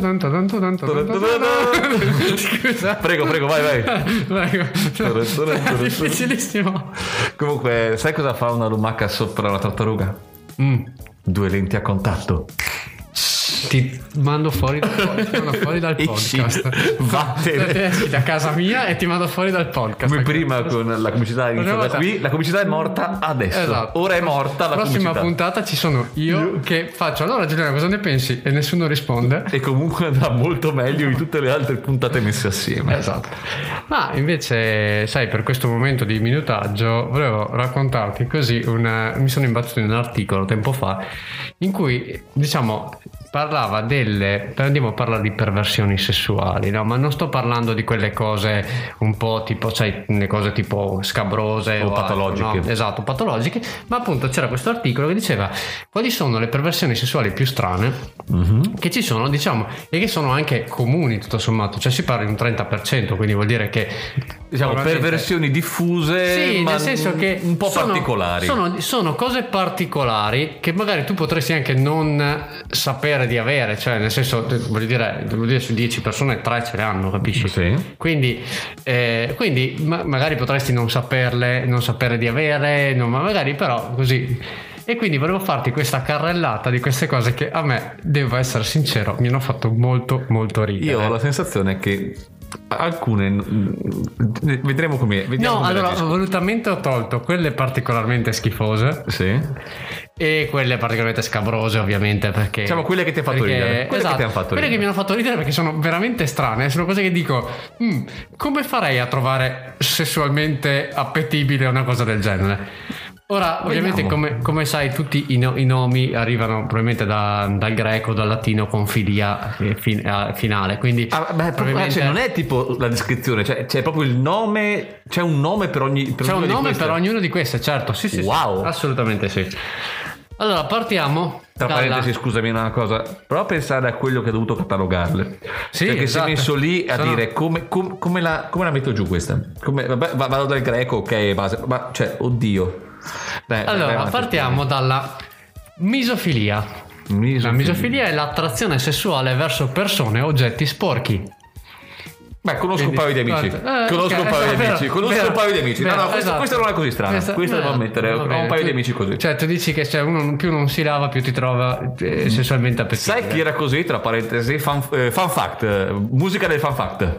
Speaker 1: Scusa. Prego, prego, vai, vai.
Speaker 2: Prego. È difficilissimo.
Speaker 1: Comunque, sai cosa fa una lumaca sopra una tartaruga?
Speaker 2: Mm.
Speaker 1: Due lenti a contatto.
Speaker 2: Ti mando fuori, ti mando fuori dal podcast.
Speaker 1: Vattene
Speaker 2: a casa mia e ti mando fuori dal podcast.
Speaker 1: Come prima con la comicità iniziata da qui, la comicità è morta adesso.
Speaker 2: Esatto.
Speaker 1: Ora è morta la
Speaker 2: prossima
Speaker 1: comicità.
Speaker 2: Puntata ci sono io, io che faccio allora Giuliano cosa ne pensi e nessuno risponde.
Speaker 1: E comunque andrà molto meglio di tutte le altre puntate messe assieme.
Speaker 2: Esatto. Ma invece sai, per questo momento di minutaggio volevo raccontarti così una, mi sono imbattuto in un articolo tempo fa in cui diciamo parlava delle, andiamo a parlare di perversioni sessuali, no? Ma non sto parlando di quelle cose un po' tipo, sai, le cose tipo scabrose
Speaker 1: o,
Speaker 2: o
Speaker 1: patologiche,
Speaker 2: altro, no? Esatto, patologiche, ma appunto c'era questo articolo che diceva quali sono le perversioni sessuali più strane mm-hmm. che ci sono, diciamo, e che sono anche comuni tutto sommato, cioè si parla di un trenta per cento, quindi vuol dire che
Speaker 1: diciamo perversioni diffuse,
Speaker 2: sì,
Speaker 1: ma
Speaker 2: nel senso che
Speaker 1: un po'
Speaker 2: sono,
Speaker 1: particolari.
Speaker 2: Sono, sono cose particolari che magari tu potresti anche non sapere di avere, cioè nel senso voglio dire, voglio dire su dieci persone tre ce le hanno, capisci?
Speaker 1: Sì.
Speaker 2: Quindi, eh, quindi ma- magari potresti non saperle, non sapere di avere, non, ma magari però così. E quindi volevo farti questa carrellata di queste cose che a me, devo essere sincero, mi hanno fatto molto molto ridere.
Speaker 1: Io ho la sensazione che alcune vedremo come vediamo
Speaker 2: no
Speaker 1: come
Speaker 2: allora
Speaker 1: reagisco.
Speaker 2: Volutamente ho tolto quelle particolarmente schifose,
Speaker 1: sì,
Speaker 2: e quelle particolarmente scabrose, ovviamente, perché
Speaker 1: diciamo quelle che ti hanno fatto
Speaker 2: perché,
Speaker 1: ridere quelle
Speaker 2: esatto,
Speaker 1: che ti hanno fatto
Speaker 2: quelle
Speaker 1: ridere.
Speaker 2: che mi hanno fatto ridere perché sono veramente strane, sono cose che dico mm, come farei a trovare sessualmente appetibile una cosa del genere. Ora, ovviamente, come, come sai, tutti i, no, i nomi arrivano probabilmente da, dal greco, dal latino con filia eh, fin, eh, finale. Quindi,
Speaker 1: ah, beh, probabilmente... cioè, non è tipo la descrizione, cioè, c'è proprio il nome, c'è un nome per ogni. Per
Speaker 2: c'è un nome
Speaker 1: per
Speaker 2: ognuno di queste, certo. Sì, sì,
Speaker 1: wow,
Speaker 2: sì, assolutamente sì. Allora, partiamo.
Speaker 1: Tra
Speaker 2: dalla...
Speaker 1: parentesi, scusami una cosa, prova a pensare a quello che ha dovuto catalogarle.
Speaker 2: Sì,
Speaker 1: perché
Speaker 2: esatto.
Speaker 1: si è messo lì a
Speaker 2: Sono...
Speaker 1: dire come, come, come, la, come la metto giù questa. Come, vabbè, vado dal greco, ok, base, ma cioè, oddio. Dai,
Speaker 2: allora,
Speaker 1: dai,
Speaker 2: partiamo dalla misofilia. misofilia. La misofilia è l'attrazione sessuale verso persone o oggetti sporchi.
Speaker 1: Beh, conosco Quindi, un paio di amici.
Speaker 2: Eh,
Speaker 1: conosco
Speaker 2: okay,
Speaker 1: un paio
Speaker 2: esatto,
Speaker 1: di amici.
Speaker 2: vero,
Speaker 1: conosco
Speaker 2: vero,
Speaker 1: un paio di amici.
Speaker 2: Vero,
Speaker 1: no, no, questa,
Speaker 2: esatto.
Speaker 1: questa non è così strana. Questa, questa devo ammettere. Ho un paio tu, di amici così.
Speaker 2: Cioè, tu dici che cioè, uno più non si lava, più ti trova eh, sessualmente appetibile.
Speaker 1: Sai chi era così? Tra parentesi, fan, eh, fan fact. Eh, musica del fan fact.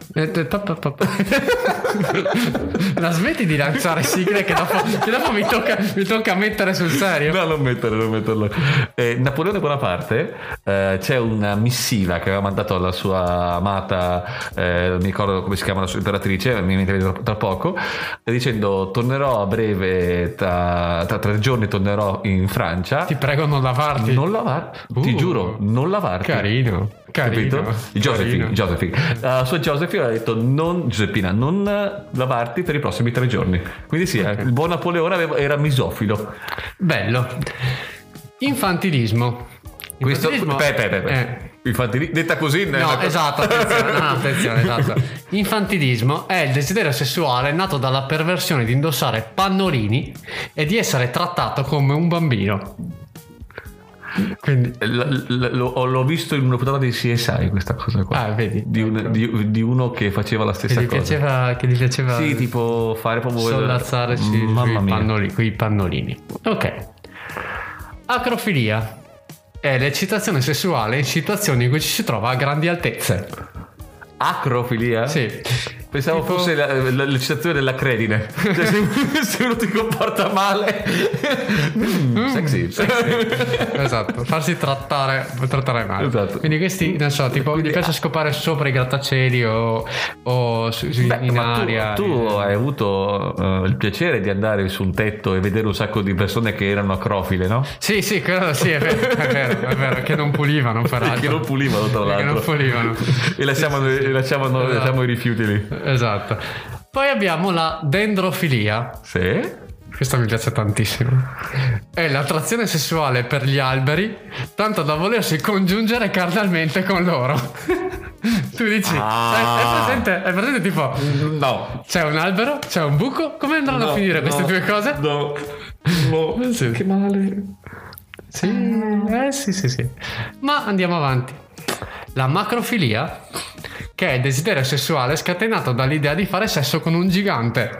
Speaker 2: La smetti di lanciare sigle che dopo, che dopo mi, tocca, mi tocca mettere sul serio.
Speaker 1: No, non mettere, non metterlo. Eh, Napoleone Bonaparte eh, c'è una missiva che aveva mandato alla sua amata, eh, non mi ricordo come si chiama la sua imperatrice, mi viene tra poco, dicendo tornerò a breve, tra, tra tre giorni tornerò in Francia.
Speaker 2: Ti prego non lavarti.
Speaker 1: Non lavarti, uh, ti giuro, non lavarti.
Speaker 2: Carino. Carino,
Speaker 1: capito? Josephine, Josephine. La sua Josephine ha detto non Giuseppina, non lavarti per i prossimi tre giorni. Quindi sì, okay. Il buon Napoleone aveva, era misofilo.
Speaker 2: Bello. Infantilismo.
Speaker 1: Questo, pe, pe, pe, pe. Eh. Infantili- detta così
Speaker 2: no una... esatto attenzione, no, attenzione esatto. Infantilismo è il desiderio sessuale nato dalla perversione di indossare pannolini e di essere trattato come un bambino. Quindi
Speaker 1: l- l- l- l'ho visto in una puntata di C S I questa cosa qua.
Speaker 2: Ah, vedi?
Speaker 1: Di, un, di, di uno che faceva la stessa
Speaker 2: che gli
Speaker 1: cosa.
Speaker 2: Piaceva, che gli piaceva
Speaker 1: sì, tipo fare proprio
Speaker 2: sollazzare
Speaker 1: Mamma mia.
Speaker 2: Pannolini, quei pannolini. Ok. Acrofilia è l'eccitazione sessuale in situazioni in cui ci si trova a grandi altezze.
Speaker 1: Acrofilia?
Speaker 2: Sì.
Speaker 1: Pensavo tipo... fosse la, la, l'eccitazione dell'acredine. Cioè, se, se uno ti comporta male, mm, sexy.
Speaker 2: sexy. Esatto, farsi trattare, trattare male.
Speaker 1: Esatto.
Speaker 2: Quindi questi, non so, tipo, Quindi, gli piace scopare sopra i grattacieli o, o su,
Speaker 1: beh,
Speaker 2: in aria.
Speaker 1: Tu, tu hai avuto uh, il piacere di andare su un tetto e vedere un sacco di persone che erano acrofile, no?
Speaker 2: Sì, sì, quello sì, è vero, è vero, è vero, che non pulivano, peraltro.
Speaker 1: Che non pulivano, tra l'altro.
Speaker 2: Che non pulivano.
Speaker 1: E lasciavano, e lasciavano, esatto. lasciamo i rifiuti lì.
Speaker 2: Esatto. Poi abbiamo la dendrofilia.
Speaker 1: Sì.
Speaker 2: Questa mi piace tantissimo. È l'attrazione sessuale per gli alberi, tanto da volersi congiungere carnalmente con loro. Tu dici, ah. è, è, presente, è presente tipo,
Speaker 1: no,
Speaker 2: c'è un albero, c'è un buco, come andranno no, a finire queste
Speaker 1: no,
Speaker 2: due cose?
Speaker 1: No, no,
Speaker 2: sì.
Speaker 1: Che male.
Speaker 2: Sì, eh, sì, sì, sì. Ma andiamo avanti. La macrofilia, che è il desiderio sessuale scatenato dall'idea di fare sesso con un gigante.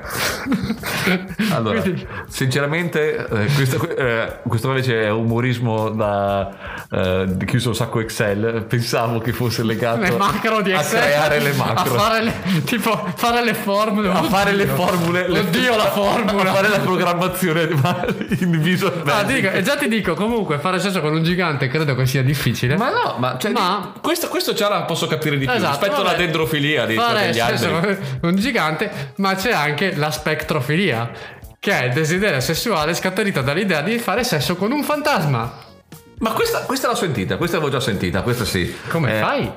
Speaker 1: Allora, quindi... sinceramente, eh, questo, eh, questo invece è umorismo da eh, chiuso un sacco Excel. Pensavo che fosse legato
Speaker 2: le macro di Excel,
Speaker 1: a creare le macro,
Speaker 2: a fare le, tipo fare le formule,
Speaker 1: a fare le formule.
Speaker 2: Oddio,
Speaker 1: le,
Speaker 2: la formula,
Speaker 1: a fare la programmazione in Visual
Speaker 2: Basic. Ah, ti dico, e già ti dico, comunque fare sesso con un gigante credo che sia difficile.
Speaker 1: Ma no, ma, cioè,
Speaker 2: ma...
Speaker 1: questo, questo già la posso capire di più,
Speaker 2: esatto,
Speaker 1: rispetto
Speaker 2: vabbè.
Speaker 1: alla dendrofilia di
Speaker 2: fare
Speaker 1: degli alberi.
Speaker 2: Sesso con un gigante, ma c'è anche la spectrofilia, che è il desiderio sessuale scaturito dall'idea di fare sesso con un fantasma.
Speaker 1: Ma questa, questa l'ho sentita, questa l'avevo già sentita, questa sì.
Speaker 2: Come eh, fai?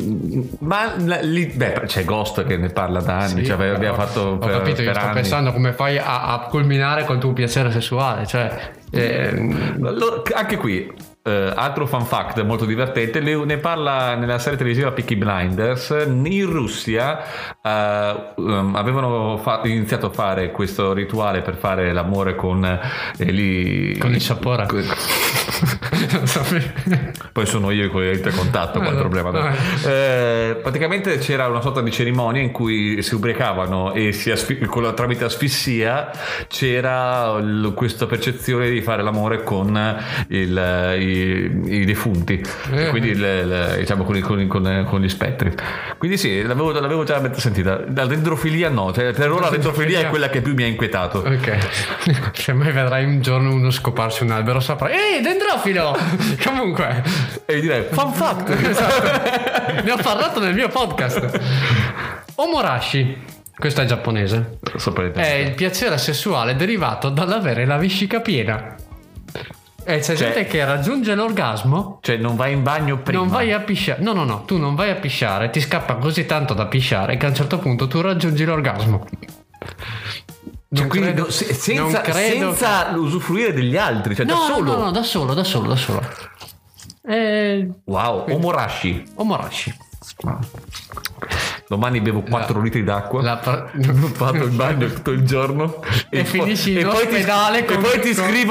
Speaker 1: Ma lì, beh, c'è Ghost che ne parla da anni,
Speaker 2: sì,
Speaker 1: cioè abbiamo fatto
Speaker 2: ho
Speaker 1: per,
Speaker 2: capito,
Speaker 1: per
Speaker 2: io sto
Speaker 1: anni.
Speaker 2: pensando come fai a, a culminare col tuo piacere sessuale, cioè eh,
Speaker 1: anche qui Uh, altro fun fact molto divertente, ne parla nella serie televisiva Peaky Blinders. In Russia uh, um, avevano fa- iniziato a fare questo rituale per fare l'amore con eh, lì
Speaker 2: con il sapore.
Speaker 1: Poi sono io con il contatto, qual è il problema? No? Eh, praticamente c'era una sorta di cerimonia in cui si ubriacavano e si asfi- con la, tramite asfissia c'era l- questa percezione di fare l'amore con il, il i defunti, eh. quindi le, le, diciamo con, con, con, con gli spettri. Quindi sì, l'avevo, l'avevo già sentita. La dendrofilia no, cioè, per ora la dendrofilia è quella che più mi ha inquietato.
Speaker 2: Ok. Se mai vedrai un giorno uno scoparsi un albero saprai ehi, dendrofilo. Comunque,
Speaker 1: e direi fun fact.
Speaker 2: Esatto. Ne ho parlato nel mio podcast. Omorashi, questo è giapponese, è il piacere sessuale derivato dall'avere la vescica piena. E c'è cioè, gente che raggiunge l'orgasmo.
Speaker 1: Cioè non vai in bagno prima.
Speaker 2: Non vai a pisciare. No, no, no. Tu non vai a pisciare. Ti scappa così tanto da pisciare che a un certo punto tu raggiungi l'orgasmo.
Speaker 1: Cioè, quindi credo, se, senza, senza che... usufruire degli altri. Cioè
Speaker 2: no,
Speaker 1: da solo.
Speaker 2: No, no, no, da solo, da solo, da solo. E...
Speaker 1: Wow, quindi, Omorashi.
Speaker 2: Omorashi.
Speaker 1: Wow. Domani bevo quattro
Speaker 2: la,
Speaker 1: litri d'acqua.
Speaker 2: La par-
Speaker 1: ho fatto il bagno tutto il giorno.
Speaker 2: E, e finisci in
Speaker 1: e
Speaker 2: ospedale
Speaker 1: poi ti, con, e poi ti
Speaker 2: con...
Speaker 1: scrivo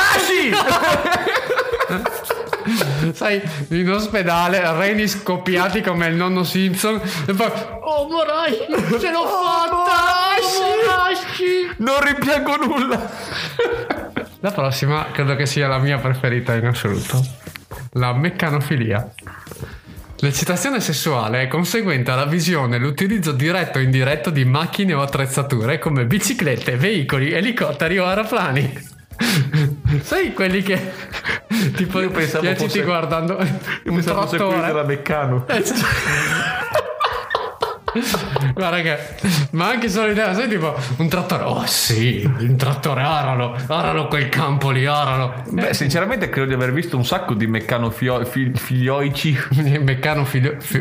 Speaker 2: Omorashi. Sai, in ospedale reni scoppiati come il nonno Simpson e poi Omorashi, ce l'ho fatta. Omorashi,
Speaker 1: non rimpiango nulla.
Speaker 2: La prossima credo che sia la mia preferita in assoluto, la meccanofilia. L'eccitazione sessuale è conseguente alla visione e l'utilizzo diretto o indiretto di macchine o attrezzature come biciclette, veicoli, elicotteri o aeroplani. Sai quelli che tipo
Speaker 1: io pensavo
Speaker 2: ti
Speaker 1: fosse,
Speaker 2: guardando
Speaker 1: io pensavo fosse quelli della Meccano.
Speaker 2: Eh, cioè... Guarda che, ma anche solo l'idea, sai, tipo un trattore, oh sì, un trattore, aralo, aralo quel campo lì, aralo.
Speaker 1: Beh, sinceramente credo di aver visto un sacco di meccanofilioici,
Speaker 2: meccanofiliaci,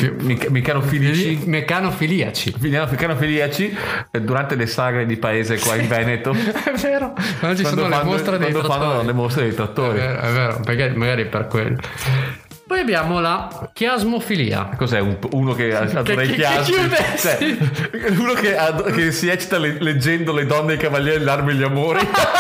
Speaker 2: meccanofiliaci,
Speaker 1: meccanofiliaci durante le sagre di paese qua in Veneto.
Speaker 2: È vero, quando ci sono fanno, le mostre dei trattori.
Speaker 1: Quando fanno le mostre dei trattori.
Speaker 2: È vero, è vero, magari, magari per quello. Poi abbiamo la chiasmofilia.
Speaker 1: Cos'è? Un, uno che adora i chiasmi? Cioè, uno che, ad, che si eccita le, leggendo le donne, i cavalieri, le armi e gli amori.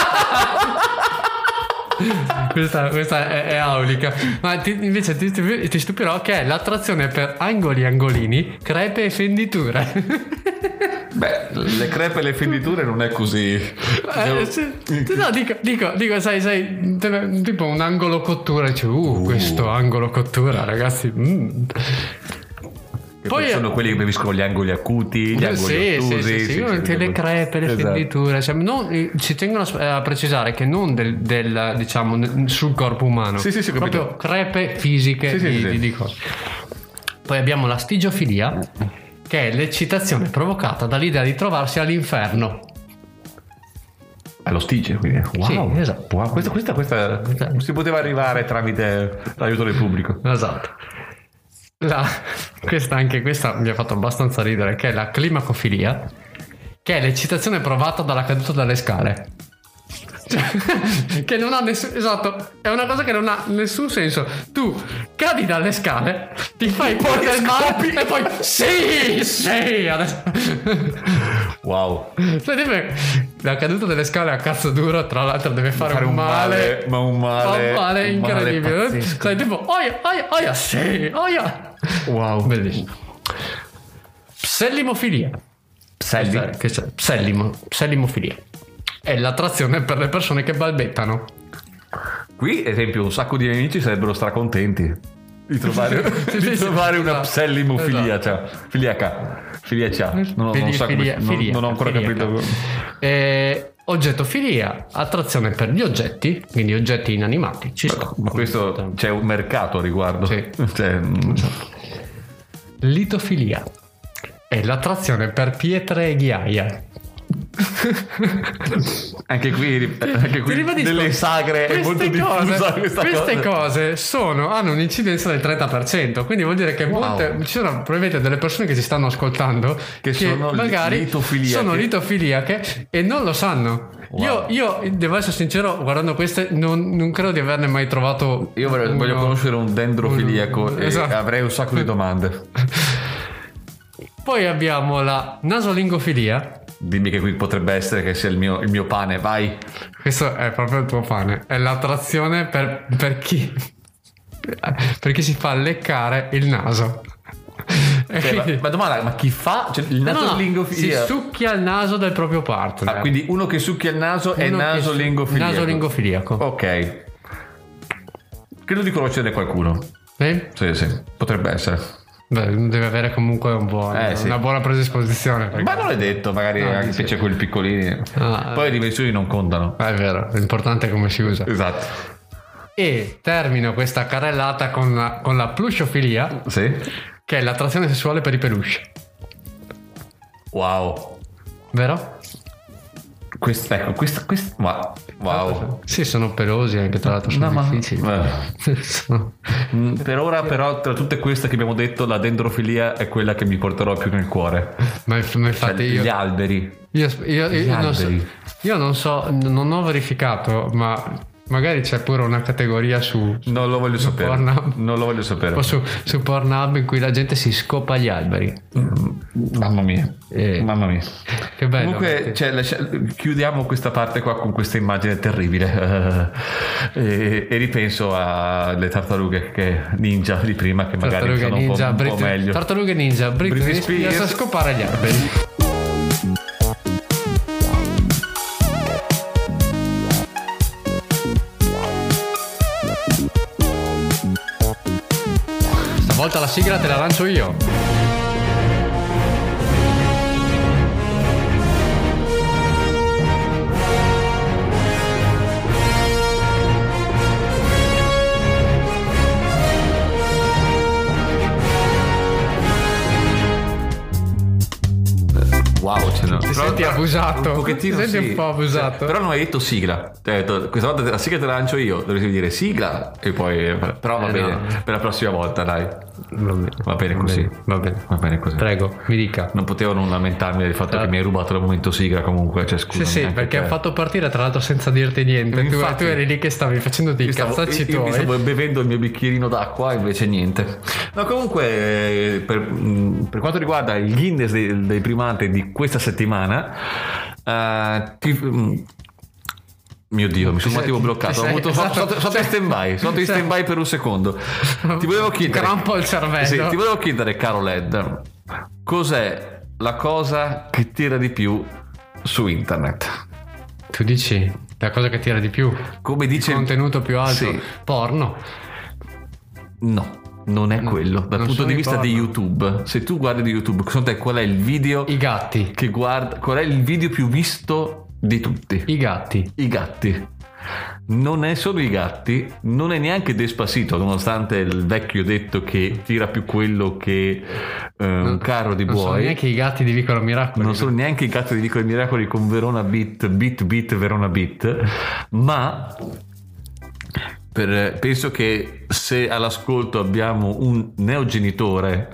Speaker 2: questa, questa è, è aulica. Ma ti, invece ti, ti, ti stupirò che è l'attrazione per angoli angolini, crepe e fenditure.
Speaker 1: Beh, le crepe e le fenditure non è così.
Speaker 2: Eh, sì. No, dico, dico, dico, sai, sai, tipo un angolo cottura, dice, uh, uh. questo angolo cottura, ragazzi. Mm.
Speaker 1: Poi sono quelli che preferiscono gli angoli acuti, gli angoli
Speaker 2: sì,
Speaker 1: ottusi,
Speaker 2: sì, sì, sì, sì, le crepe, le esatto. fenditure, cioè, non, ci tengono a precisare che non del, del diciamo sul corpo umano,
Speaker 1: sì, sì, sì,
Speaker 2: proprio crepe fisiche
Speaker 1: sì, sì,
Speaker 2: di,
Speaker 1: sì.
Speaker 2: Di, di cose. Poi abbiamo la stigiofilia, che è l'eccitazione provocata dall'idea di trovarsi all'inferno.
Speaker 1: Allo stige, quindi. Wow,
Speaker 2: sì, esatto.
Speaker 1: Wow. Questa, questa, questa esatto. si poteva arrivare tramite l'aiuto del pubblico.
Speaker 2: Esatto. La, questa anche questa mi ha fatto abbastanza ridere, che è la climacofilia, che è l'eccitazione provata dalla caduta dalle scale. Che non ha nessun, esatto, è una cosa che non ha nessun senso. Tu cadi dalle scale, ti fai fuori del mare e poi sì, sì adesso.
Speaker 1: Wow.
Speaker 2: La caduta delle scale a cazzo duro, tra l'altro deve fare, fare un, un male, male
Speaker 1: ma un male,
Speaker 2: un male
Speaker 1: un
Speaker 2: incredibile.
Speaker 1: Male
Speaker 2: sai tipo oia oia oia sì oia.
Speaker 1: Wow,
Speaker 2: bellissimo. Psellimofilia.
Speaker 1: Pselli?
Speaker 2: Che c'è? Psellimo, psellimofilia. È l'attrazione per le persone che balbettano.
Speaker 1: Qui, esempio, un sacco di amici sarebbero stracontenti di trovare, di trovare una psellimofilia, esatto. Cioè, filiaca, filiacia. Non,
Speaker 2: Fili,
Speaker 1: non, so
Speaker 2: filia,
Speaker 1: come,
Speaker 2: filia,
Speaker 1: non, non ho ancora
Speaker 2: filiaca.
Speaker 1: capito.
Speaker 2: Eh, oggettofilia, attrazione per gli oggetti, quindi oggetti inanimati. Ci sta.
Speaker 1: Ma questo c'è un mercato a riguardo.
Speaker 2: Sì.
Speaker 1: Cioè,
Speaker 2: litofilia è l'attrazione per pietre e ghiaia.
Speaker 1: Anche qui, anche qui nelle sagre è molto diffusa questa
Speaker 2: queste
Speaker 1: cosa.
Speaker 2: cose sono, hanno un'incidenza del trenta per cento, quindi vuol dire che wow. molte, ci sono probabilmente delle persone che ci stanno ascoltando che, che sono magari litofiliache. sono litofiliache e non lo sanno. Wow. Io, io devo essere sincero, guardando queste non, non credo di averne mai trovato.
Speaker 1: Io voglio, uno, voglio conoscere un dendrofiliaco un, e esatto. avrei un sacco di domande.
Speaker 2: Poi abbiamo la nasolingofilia.
Speaker 1: Dimmi che qui potrebbe essere che sia il mio, il mio pane, vai.
Speaker 2: Questo è proprio il tuo pane. È l'attrazione per, per chi per chi si fa leccare il naso.
Speaker 1: Cioè, quindi, ma, ma domanda, ma chi fa? Cioè, il nasolingofilia?
Speaker 2: No, no, si succhia il naso del proprio partner.
Speaker 1: Ah, quindi uno che succhia il naso uno è nasolingofiliaco.
Speaker 2: Nasolingofiliaco.
Speaker 1: Ok. Credo di conoscere qualcuno.
Speaker 2: Sì?
Speaker 1: Sì, sì, potrebbe essere.
Speaker 2: Beh, deve avere comunque un buon, eh, sì. una buona predisposizione. Perché...
Speaker 1: Ma non è detto, magari no, anche se c'è quelli piccolini. Ah, Poi le dimensioni non contano.
Speaker 2: È vero, l'importante è come si usa.
Speaker 1: Esatto.
Speaker 2: E termino questa carrellata con la, con la plushiofilia,
Speaker 1: sì.
Speaker 2: che è l'attrazione sessuale per i peluche.
Speaker 1: Wow.
Speaker 2: Vero?
Speaker 1: Questa, ecco, questa, questa, wow. wow.
Speaker 2: Sì, sono pelosi anche, tra l'altro sono no, difficili. Ma...
Speaker 1: per ora però tra tutte queste che abbiamo detto la dendrofilia è quella che mi porterò più nel cuore.
Speaker 2: Ma, ma infatti
Speaker 1: cioè,
Speaker 2: io...
Speaker 1: Gli alberi.
Speaker 2: Io, io,
Speaker 1: gli
Speaker 2: io,
Speaker 1: alberi.
Speaker 2: Non so, io non so, non ho verificato, ma... magari c'è pure una categoria su, su
Speaker 1: non lo voglio
Speaker 2: su
Speaker 1: sapere
Speaker 2: Pornhub,
Speaker 1: non lo voglio sapere
Speaker 2: su, su Pornhub in cui la gente si scopa gli alberi.
Speaker 1: mm, mamma mia eh, mamma mia
Speaker 2: che bello.
Speaker 1: Comunque cioè, lascia, chiudiamo questa parte qua con questa immagine terribile uh, e, e ripenso alle tartarughe che ninja di prima che magari tartarughe sono ninja, un po', Brit- un po' meglio
Speaker 2: tartarughe ninja Britney, Britney Spears a scopare gli alberi. Stavolta la sigla te la lancio io.
Speaker 1: wow, cioè, no.
Speaker 2: Ti
Speaker 1: Però,
Speaker 2: senti abusato?
Speaker 1: Un pochettino
Speaker 2: Ti senti
Speaker 1: sì.
Speaker 2: un po' abusato?
Speaker 1: Cioè, però non hai detto sigla. Ti hai detto, questa volta la sigla te la lancio io. Dovresti dire sigla e poi. Però va
Speaker 2: Eh,
Speaker 1: bene.
Speaker 2: no.
Speaker 1: Per la prossima volta, dai.
Speaker 2: Va bene,
Speaker 1: Va bene così.
Speaker 2: bene, va bene.
Speaker 1: Va bene così.
Speaker 2: Prego, mi dica.
Speaker 1: Non potevo non lamentarmi del fatto
Speaker 2: Certo.
Speaker 1: che mi hai rubato il momento sigla comunque. Cioè,
Speaker 2: Sì,
Speaker 1: scusami,
Speaker 2: sì,
Speaker 1: anche
Speaker 2: perché
Speaker 1: te.
Speaker 2: ho fatto partire tra l'altro senza dirti niente. Tu,
Speaker 1: Infatti.
Speaker 2: tu eri lì che stavi facendo dei
Speaker 1: Io stavo-
Speaker 2: cazzacci
Speaker 1: io- io mi
Speaker 2: tuoi.
Speaker 1: stavo bevendo il mio bicchierino d'acqua, invece niente. No, comunque, eh, per, mh, per quanto riguarda il Guinness dei, dei primati di questa settimana, eh, ti- mh, mio Dio, mi sono un
Speaker 2: Ti
Speaker 1: attimo
Speaker 2: sei-
Speaker 1: bloccato.
Speaker 2: ti
Speaker 1: Ho
Speaker 2: sei-
Speaker 1: avuto,
Speaker 2: esatto.
Speaker 1: sono, sono in stand by, sono in
Speaker 2: Sì.
Speaker 1: stand by per un secondo. Ti volevo chiedere,
Speaker 2: Gran po' il cervello.
Speaker 1: sì, ti volevo chiedere, caro Led, cos'è la cosa che tira di più su internet?
Speaker 2: Tu dici la cosa che tira di più?
Speaker 1: Come dice
Speaker 2: Il contenuto più alto?
Speaker 1: Sì.
Speaker 2: Porno.
Speaker 1: No, non è quello. Dal
Speaker 2: non
Speaker 1: punto
Speaker 2: sono
Speaker 1: di
Speaker 2: i
Speaker 1: vista di
Speaker 2: porno.
Speaker 1: YouTube, se tu guardi di YouTube, secondo te qual è il video
Speaker 2: I gatti.
Speaker 1: che guarda, qual è il video più visto di tutti?
Speaker 2: I gatti.
Speaker 1: I gatti. Non è solo i gatti, non è neanche Despacito, nonostante il vecchio detto che tira più quello che eh, un carro di
Speaker 2: Non sono
Speaker 1: buoi.
Speaker 2: neanche i gatti di Vicolo Miracoli.
Speaker 1: Non sono neanche i gatti di Vicoli Miracoli con Verona Beat, Beat Beat Verona Beat, ma per- penso che se all'ascolto abbiamo un neogenitore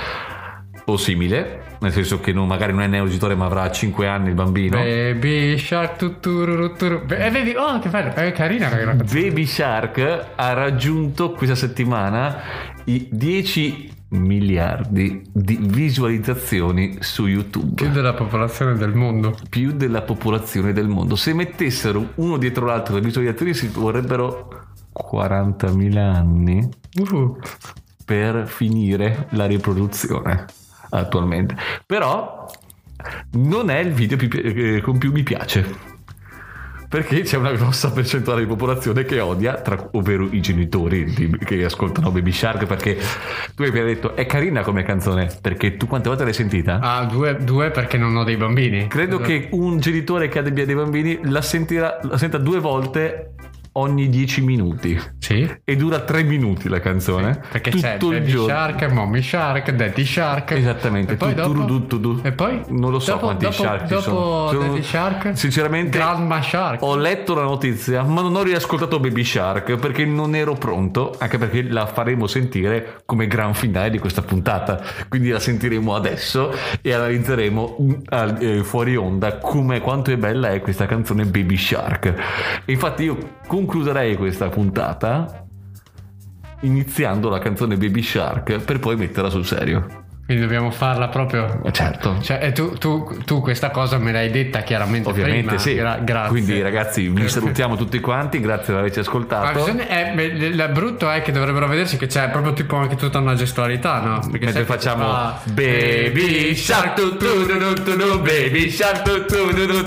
Speaker 1: o simile, nel senso che non, magari non è neogenitore ma avrà cinque anni il bambino,
Speaker 2: Baby Shark tuturu, tuturu. E vedi, oh che bello, è carina quella canzone.
Speaker 1: Baby Shark ha raggiunto questa settimana i dieci miliardi di visualizzazioni su YouTube.
Speaker 2: Più della popolazione del mondo.
Speaker 1: Più della popolazione del mondo. Se mettessero uno dietro l'altro le visualizzazioni si vorrebbero quarantamila anni
Speaker 2: Uh.
Speaker 1: per finire la riproduzione attualmente. Però non è il video più pi- eh, con più mi piace, perché c'è una grossa percentuale di popolazione che odia, tra, ovvero i genitori di, che ascoltano Baby Shark, perché tu hai appena detto è carina come canzone, perché tu quante volte l'hai sentita?
Speaker 2: Ah, due, due perché non ho dei bambini.
Speaker 1: Credo che un genitore che abbia dei bambini la sentirà, la senta due volte ogni dieci minuti.
Speaker 2: Sì.
Speaker 1: E dura tre minuti la canzone.
Speaker 2: Perché
Speaker 1: tutto
Speaker 2: c'è
Speaker 1: il
Speaker 2: Baby
Speaker 1: giorno.
Speaker 2: Shark, Mommy Shark, Daddy Shark.
Speaker 1: Esattamente.
Speaker 2: E poi
Speaker 1: Tu- tu-
Speaker 2: dopo?
Speaker 1: tu- tu- tu.
Speaker 2: E poi?
Speaker 1: Non lo so
Speaker 2: dopo,
Speaker 1: quanti
Speaker 2: dopo,
Speaker 1: shark ci
Speaker 2: dopo
Speaker 1: sono. Sono-
Speaker 2: Daddy Shark?
Speaker 1: Sinceramente
Speaker 2: Grandma Shark.
Speaker 1: ho letto la notizia ma non ho riascoltato Baby Shark perché non ero pronto, anche perché la faremo sentire come gran finale di questa puntata, quindi la sentiremo adesso e analizzeremo mm, al- eh, fuori onda come quanto è bella è questa canzone Baby Shark. E infatti io concluderei questa puntata iniziando la canzone Baby Shark per poi metterla sul serio.
Speaker 2: Quindi dobbiamo farla proprio.
Speaker 1: Certo.
Speaker 2: Cioè, e tu, tu, tu questa cosa me l'hai detta chiaramente
Speaker 1: Ovviamente
Speaker 2: prima.
Speaker 1: sì.
Speaker 2: Gra- grazie.
Speaker 1: Quindi ragazzi vi salutiamo tutti quanti, grazie per averci
Speaker 2: Ma
Speaker 1: ascoltato.
Speaker 2: bisogna- è- beh, il brutto è che dovrebbero vedersi che c'è proprio tipo anche tutta una gestualità, no? Perché
Speaker 1: Mentre
Speaker 2: sai che
Speaker 1: facciamo
Speaker 2: fa-
Speaker 1: Baby Shark tu tu tu tu tu tu, Baby Shark tu tu tu tu